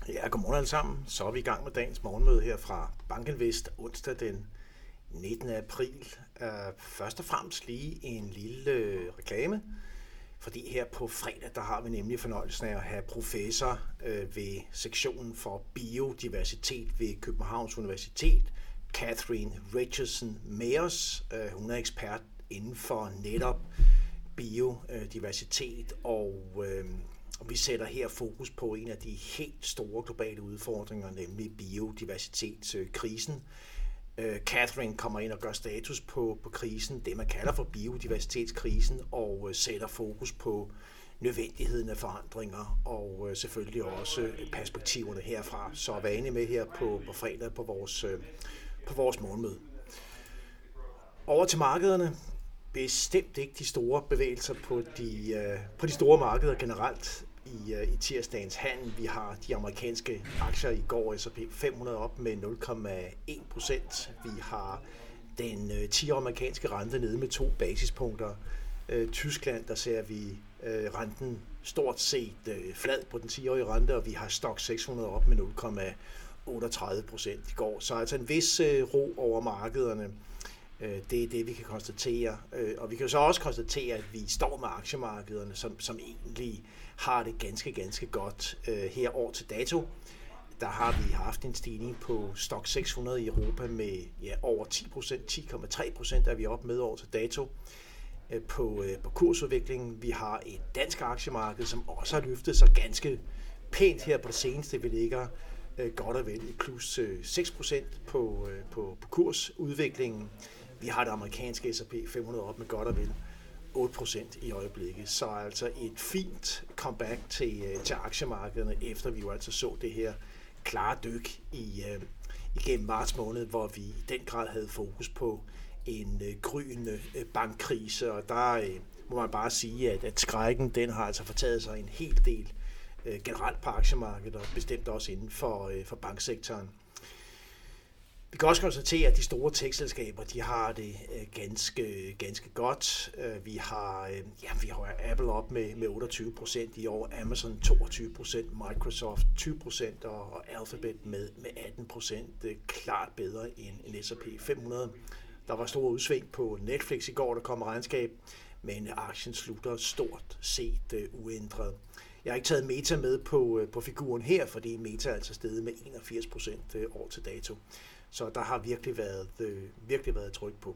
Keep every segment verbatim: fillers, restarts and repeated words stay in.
Ja, godmorgen alle sammen. Så er vi i gang med dagens morgenmøde her fra Bankinvest onsdag den nittende april. Uh, først og fremmest lige en lille uh, reklame, fordi her på fredag, der har vi nemlig fornøjelsen af at have professor uh, ved sektionen for biodiversitet ved Københavns Universitet, Catherine Richardson Mayers. Uh, hun er ekspert inden for netop biodiversitet, og uh, Og vi sætter her fokus på en af de helt store globale udfordringer, nemlig biodiversitetskrisen. Catherine kommer ind og gør status på, på krisen, det man kalder for biodiversitetskrisen, og sætter fokus på nødvendigheden af forandringer, og selvfølgelig også perspektiverne herfra. Så vær enig med her på, på fredag på vores, på vores morgenmøde. Over til markederne. Bestemt ikke de store bevægelser på de, på de store markeder generelt i, i tirsdagens handel. Vi har de amerikanske aktier i går, S og P fem hundrede op med nul komma en procent. Vi har den ti-årige amerikanske rente nede med to basispunkter. Tyskland, der ser vi renten stort set flad på den ti-årige rente, og vi har Stoxx seks hundrede op med nul komma otteogtredive procent i går. Så altså en vis ro over markederne. Det er det, vi kan konstatere. Og vi kan så også konstatere, at vi står med aktiemarkederne, som, som egentlig har det ganske, ganske godt her år til dato. Der har vi haft en stigning på Stoxx seks hundrede i Europa med ja, over ti procent, ti komma tre procent er vi oppe med år til dato på, på kursudviklingen. Vi har et dansk aktiemarked, som også har løftet sig ganske pænt her på det seneste. Vi ligger godt og vel i plus seks procent på, på, på kursudviklingen. Vi har det amerikanske S og P fem hundrede op med godt og vel otte procent i øjeblikket. Så altså et fint comeback til, til aktiemarkederne, efter vi jo altså så det her klare dyk i, uh, igennem marts måned, hvor vi i den grad havde fokus på en uh, gryende uh, bankkrise. Og der uh, må man bare sige, at, at skrækken den har altså fortaget sig en hel del uh, generelt på aktiemarkedet, og bestemt også inden for, uh, for banksektoren. Vi kan også konstatere, at de store tech-selskaber, de har det øh, ganske, ganske godt. Øh, vi har, øh, ja, vi har Apple op med, med otteogtyve procent i år, Amazon toogtyve procent, Microsoft tyve procent og, og Alphabet med, med atten procent. Det er klart bedre end, end S og P fem hundrede. Der var store udsving på Netflix i går, der kom regnskab, men aktien slutter stort set øh, uændret. Jeg har ikke taget Meta med på, på figuren her, fordi Meta er altså steget med enogfirs procent år til dato. Så der har virkelig været, øh, virkelig været tryk på.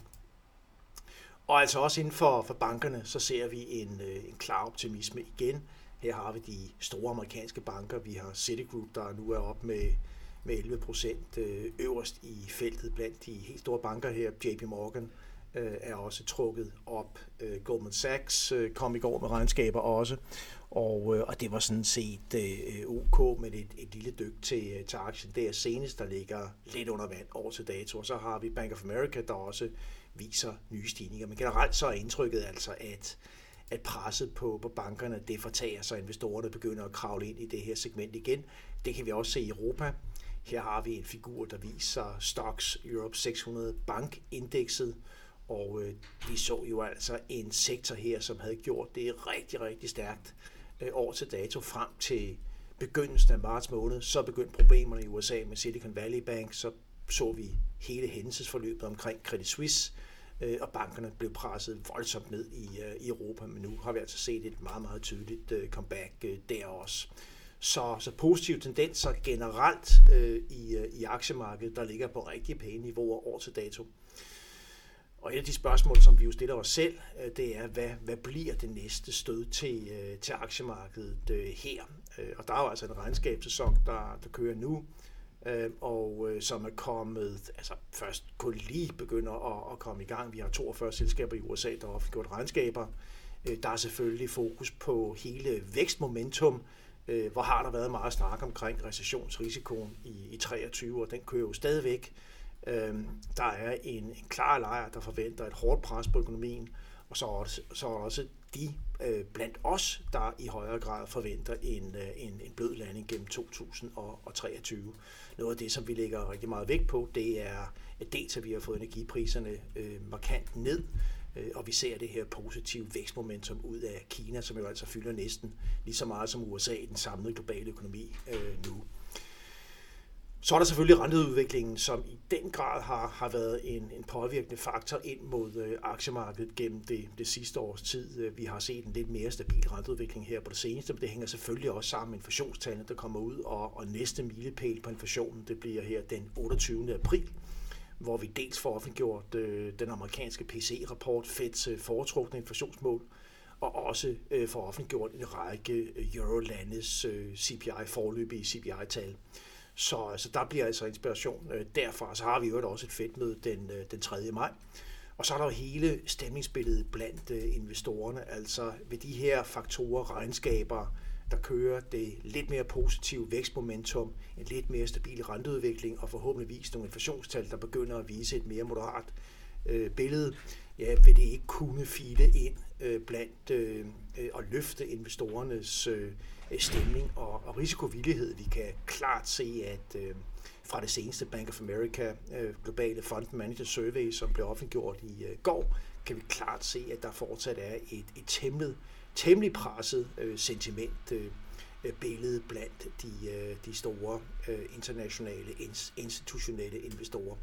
Og altså også inden for, for bankerne, så ser vi en, øh, en klar optimisme igen. Her har vi de store amerikanske banker. Vi har Citigroup, der nu er op med, med elleve procent øh, øverst i feltet blandt de helt store banker her. J P Morgan øh, er også trukket op. Øh, Goldman Sachs øh, kom i går med regnskaber også. Og, øh, og det var sådan set øh, ok med et, et lille dyk til, til aktien. Det er senest, der ligger lidt under vand over til dato. Og så har vi Bank of America, der også viser nye stigninger. Men generelt så er indtrykket altså, at, at presset på, på bankerne, det fortager sig, investorerne begynder at kravle ind i det her segment igen. Det kan vi også se i Europa. Her har vi en figur, der viser Stoxx Europe seks hundrede bankindekset. Og øh, vi så jo altså en sektor her, som havde gjort det rigtig, rigtig stærkt år til dato frem til begyndelsen af marts måned. Så begyndte problemerne i U S A med Silicon Valley Bank, så så vi hele hændelsesforløbet omkring Credit Suisse, og bankerne blev presset voldsomt ned i, i Europa, men nu har vi altså set et meget, meget tydeligt comeback der også. Så, så positive tendenser generelt øh, i, i aktiemarkedet, der ligger på rigtig pæne niveauer år til dato. Og et af de spørgsmål, som vi jo stiller os selv, det er, hvad, hvad bliver det næste stød til, til aktiemarkedet her? Og der er jo altså en regnskabssæson, der, der kører nu, og som er kommet, altså først kun lige begynder at, at komme i gang. Vi har toogfyrre selskaber i U S A, der har offentliggjort regnskaber. Der er selvfølgelig fokus på hele vækstmomentum. Hvor har der været meget snak omkring recessionsrisikoen i, i treogtyve, og den kører jo stadigvæk. Øhm, der er en, en klar lejr, der forventer et hårdt pres på økonomien, og så er, så er også de øh, blandt os, der i højere grad forventer en, øh, en, en blød landing gennem to tusind treogtyve. Noget af det, som vi lægger rigtig meget vægt på, det er, at dels at vi har fået energipriserne øh, markant ned, øh, og vi ser det her positive vækstmomentum ud af Kina, som jo altså fylder næsten lige så meget som U S A i den samlede globale økonomi øh, nu. Så er der selvfølgelig renteudviklingen, som i den grad har, har været en, en påvirkende faktor ind mod øh, aktiemarkedet gennem det, det sidste års tid. Vi har set en lidt mere stabil renteudvikling her på det seneste, men det hænger selvfølgelig også sammen med inflationstallene, der kommer ud, og, og næste milepæl på inflationen, det bliver her den otteogtyvende april, hvor vi dels får offentliggjort øh, den amerikanske P C E-rapport, Feds øh, foretrukne inflationsmål, og også øh, får offentliggjort en række øh, eurolandes øh, C P I, foreløbige C P I-tal. Så altså, der bliver altså inspiration øh, derfra. Så har vi jo også et Fed-møde den, øh, den tredje maj. Og så er der jo hele stemningsbilledet blandt øh, investorerne. Altså ved de her faktorer, regnskaber, der kører det lidt mere positive vækstmomentum, en lidt mere stabil renteudvikling og forhåbentligvis nogle inflationstal, der begynder at vise et mere moderat øh, billede, ja, vil det ikke kunne file ind øh, blandt øh, og løfte investorernes øh, stemning og, og risikovillighed. Vi kan klart se, at øh, fra det seneste Bank of America øh, globale Fund Manager Survey, som blev offentliggjort i øh, går, kan vi klart se, at der fortsat er et, et temmelig, temmelig presset øh, sentiment øh, billede blandt de, øh, de store øh, internationale ins, institutionelle investorer.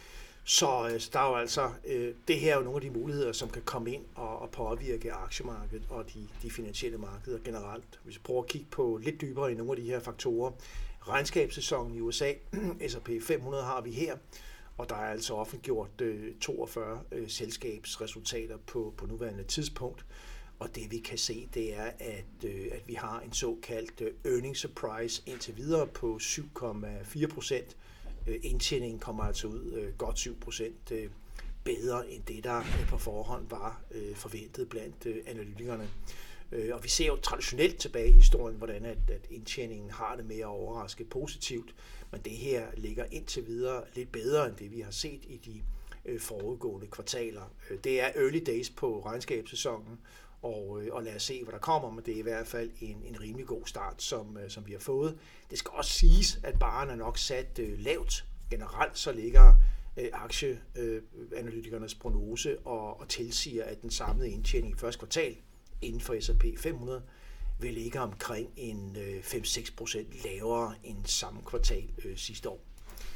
Så, så der er jo altså, øh, det her er jo nogle af de muligheder, som kan komme ind og, og påvirke aktiemarkedet og de, de finansielle markeder generelt. Hvis vi prøver at kigge på lidt dybere i nogle af de her faktorer. Regnskabssæsonen i U S A, S og P fem hundrede har vi her, og der er altså offentliggjort øh, toogfyrre øh, selskabsresultater på, på nuværende tidspunkt. Og det vi kan se, det er, at, øh, at vi har en såkaldt øh, earnings surprise indtil videre på syv komma fire procent. Indtjeningen kommer altså ud øh, godt syv procent øh, bedre end det, der øh, på forhånd var øh, forventet blandt øh, analytikerne. Øh, og vi ser jo traditionelt tilbage i historien, hvordan at, at indtjeningen har det med at overraske positivt, men det her ligger indtil videre lidt bedre end det, vi har set i de øh, foregående kvartaler. Øh, det er early days på regnskabssæsonen, og, øh, og lad os se, hvad der kommer, men det er i hvert fald en, en rimelig god start, som, øh, som vi har fået. Det skal også siges, at barren er nok sat øh, lavt. Generelt så ligger øh, aktieanalytikernes øh, prognose og, og tilsiger, at den samlede indtjening i første kvartal inden for S og P fem hundrede vil ligge omkring en øh, fem til seks procent lavere end samme kvartal øh, sidste år.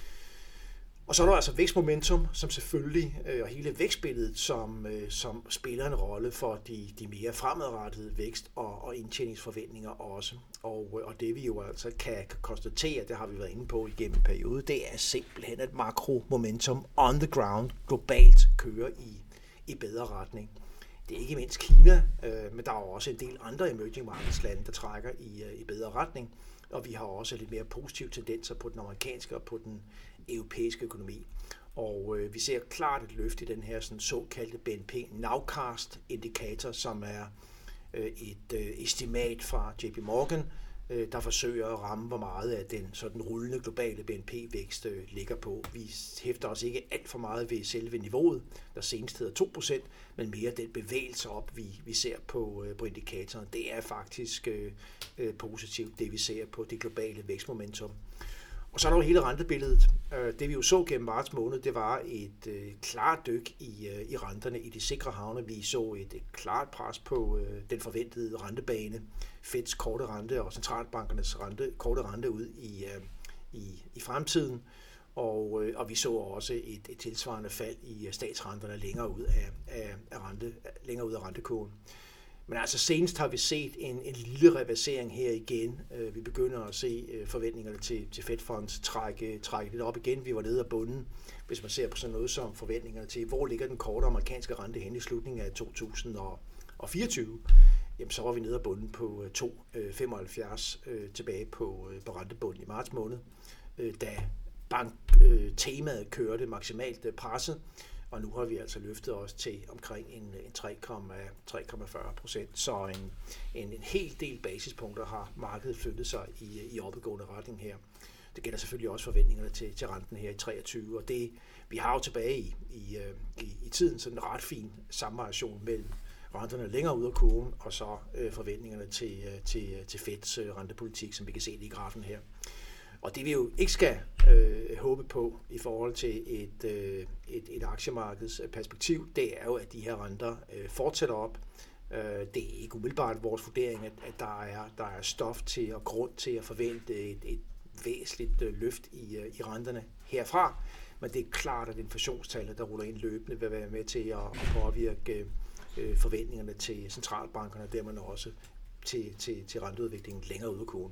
Og så er der altså vækstmomentum, som selvfølgelig, øh, og hele vækstbilledet, som, øh, som spiller en rolle for de, de mere fremadrettede vækst- og, og indtjeningsforventninger også. Og, og det vi jo altså kan, kan konstatere, det har vi været inde på igennem en periode, det er simpelthen, at makromomentum on the ground globalt kører i, i bedre retning. Det er ikke mindst Kina, øh, men der er også en del andre emerging markets lande, der trækker i, i bedre retning. Og vi har også lidt mere positive tendenser på den amerikanske og på den europæiske økonomi. Og øh, vi ser klart et løft i den her sådan, såkaldte B N P Nowcast-indikator, som er øh, et øh, estimat fra J P Morgan, øh, der forsøger at ramme, hvor meget af den sådan, rullende globale B N P-vækst øh, ligger på. Vi hæfter os ikke alt for meget ved selve niveauet, der senest hedder to procent, men mere den bevægelse op, vi, vi ser på, øh, på indikatoren. Det er faktisk øh, øh, positivt, det vi ser på det globale vækstmomentum. Og så er der jo hele rentebilledet. Det vi jo så gennem marts måned, det var et øh, klart dyk i, øh, i renterne i de sikre havne. Vi så et, et klart pres på øh, den forventede rentebane, Feds korte rente og centralbankernes rente, korte rente ud i, øh, i, i fremtiden. Og, øh, og vi så også et, et tilsvarende fald i statsrenterne længere ud af, af, af, rente, længere ud af rentekurven. Men altså senest har vi set en, en lille reversering her igen. Vi begynder at se forventningerne til, til Fed Funds trække, trække lidt op igen. Vi var nede af bunden, hvis man ser på sådan noget som forventningerne til, hvor ligger den korte amerikanske rente hen i slutningen af to tusind og fireogtyve. Jamen, så var vi nede af bunden på to komma femoghalvfjerds tilbage på, på rentebunden i marts måned, da banktemaet kørte maksimalt presset. Og nu har vi altså løftet os til omkring en, en tre komma fyrre procent. Så en, en, en hel del basispunkter har markedet flyttet sig i, i opadgående retning her. Det gælder selvfølgelig også forventningerne til, til renten her i treogtyve. Og det, vi har jo tilbage i, i, i, i tiden sådan en ret fin samvariation mellem renterne længere ud af kurven og så øh, forventningerne til, til, til Feds øh, rentepolitik, som vi kan se i grafen her. Og det vi jo ikke skal øh, håbe på i forhold til et, øh, et, et aktiemarkedsperspektiv, det er jo, at de her renter øh, fortsætter op. Øh, det er ikke umiddelbart vores vurdering, at, at der, er, der er stof til og grund til at forvente et, et væsentligt øh, løft i, øh, i renterne herfra. Men det er klart, at inflationstallet, der ruller ind løbende, vil være med til at, at påvirke øh, forventningerne til centralbankerne, og dermed også til, til, til renteudviklingen længere ude af kurven.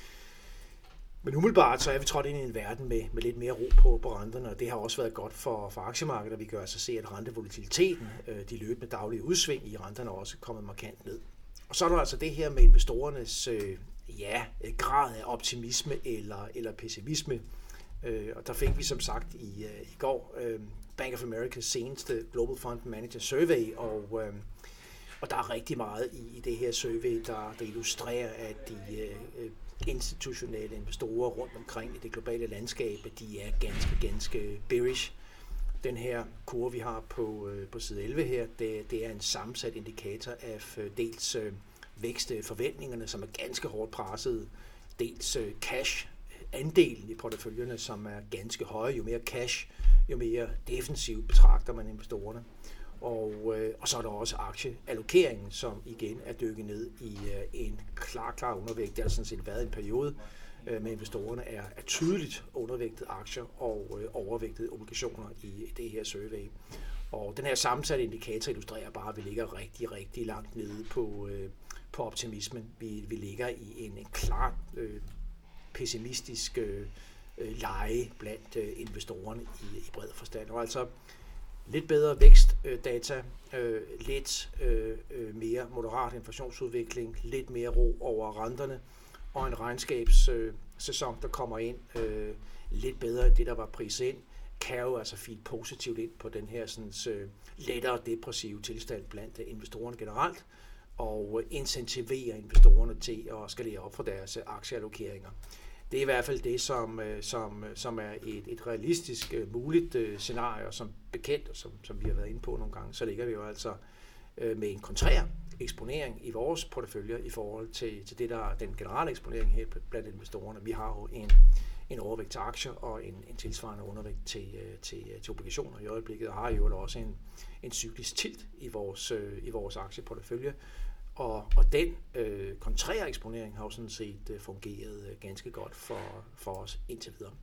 Men umiddelbart så er vi trådt ind i en verden med, med lidt mere ro på, på renterne, og det har også været godt for, for aktiemarkedet, og vi kan altså se, at rentevolatiliteten, øh, de løbende daglige udsving i renterne, er også kommet markant ned. Og så er der altså det her med investorernes øh, ja, grad af optimisme eller, eller pessimisme. Øh, og der fik vi som sagt i, øh, i går øh, Bank of America's seneste Global Fund Manager Survey, og, øh, og der er rigtig meget i, i det her survey, der, der illustrerer, at de øh, institutionelle investorer rundt omkring i det globale landskab, de er ganske, ganske bearish. Den her kurve, vi har på, øh, på side elleve her, det, det er en sammensat indikator af øh, dels øh, vækstforventningerne, som er ganske hårdt presset, dels øh, cash, andelen i porteføljerne, som er ganske høje. Jo mere cash, jo mere defensivt betragter man investorerne. Og, øh, og så er der også aktieallokeringen, som igen er dykket ned i øh, en klar, klar undervægt. Det har sådan set været en periode, øh, med investorerne er, er tydeligt undervægtet aktier og øh, overvægtet obligationer i, i det her survey. Og den her sammensatte indikator illustrerer bare, at vi ligger rigtig, rigtig langt nede på, øh, på optimismen. Vi, vi ligger i en, en klar øh, pessimistisk øh, leje blandt øh, investorerne i, i bred forstand. Og altså lidt bedre vækstdata, øh, lidt øh, mere moderat inflationsudvikling, lidt mere ro over renterne, og en regnskabssæson, øh, der kommer ind øh, lidt bedre end det, der var priset ind, kan jo altså feed positivt ind på den her sådan, øh, lettere depressive tilstand blandt investorerne generelt, og incentivere investorerne til at skalere op for deres aktieallokeringer. Det er i hvert fald det, som, som, som er et, et realistisk muligt scenarie, som bekendt, og som, som vi har været inde på nogle gange, så ligger vi jo altså med en kontrær eksponering i vores porteføljer i forhold til, til det, der er den generelle eksponering her blandt investorerne. Vi har jo en, en overvægt til aktier og en, en tilsvarende undervægt til, til, til obligationer i øjeblikket, og har jo også en, en cyklisk tilt i vores, i vores aktieportefølje. Og, og den øh, kontrære eksponering har jo sådan set øh, fungeret øh, ganske godt for, for os indtil videre.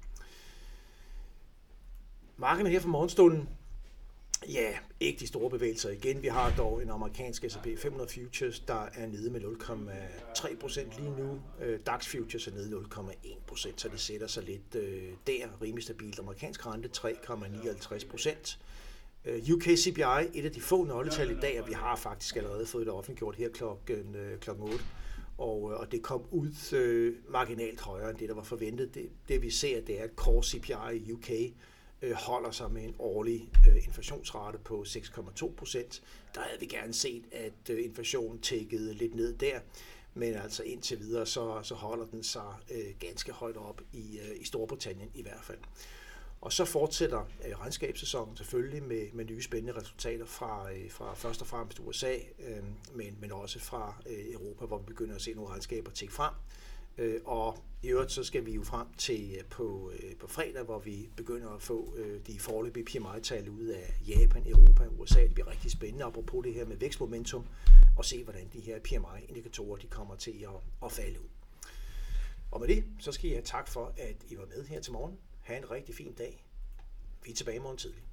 Markederne her for morgenstunden, ja, ikke de store bevægelser igen. Vi har dog en amerikansk S og P fem hundrede futures, der er nede med nul komma tre procent lige nu. Øh, DAX futures er nede nul komma en procent, så det sætter sig lidt øh, der. Rimelig stabilt amerikansk rente, tre komma nioghalvtreds procent. U K C P I, et af de få nøgletal i dag, og vi har faktisk allerede fået det offentliggjort her klokken, øh, klokken otte, og, og det kom ud øh, marginalt højere end det, der var forventet. Det, det vi ser, det er, at core C P I i U K øh, holder sig med en årlig øh, inflationsrate på seks komma to procent. Der havde vi gerne set, at øh, inflationen tækkede lidt ned der, men altså indtil videre, så, så holder den sig øh, ganske højt op i, øh, i Storbritannien i hvert fald. Og så fortsætter øh, regnskabssæsonen selvfølgelig med, med nye spændende resultater fra, øh, fra først og fremmest U S A, øh, men, men også fra øh, Europa, hvor vi begynder at se nogle regnskaber tække frem. Øh, og i øvrigt så skal vi jo frem til øh, på, øh, på fredag, hvor vi begynder at få øh, de foreløbige P M I-tal ud af Japan, Europa og U S A. Det bliver rigtig spændende, apropos det her med vækstmomentum, og se hvordan de her P M I-indikatorer de kommer til at, at falde ud. Og med det, så skal jeg have tak for, at I var med her til morgen. Ha' en rigtig fin dag. Vi er tilbage i morgen tidlig.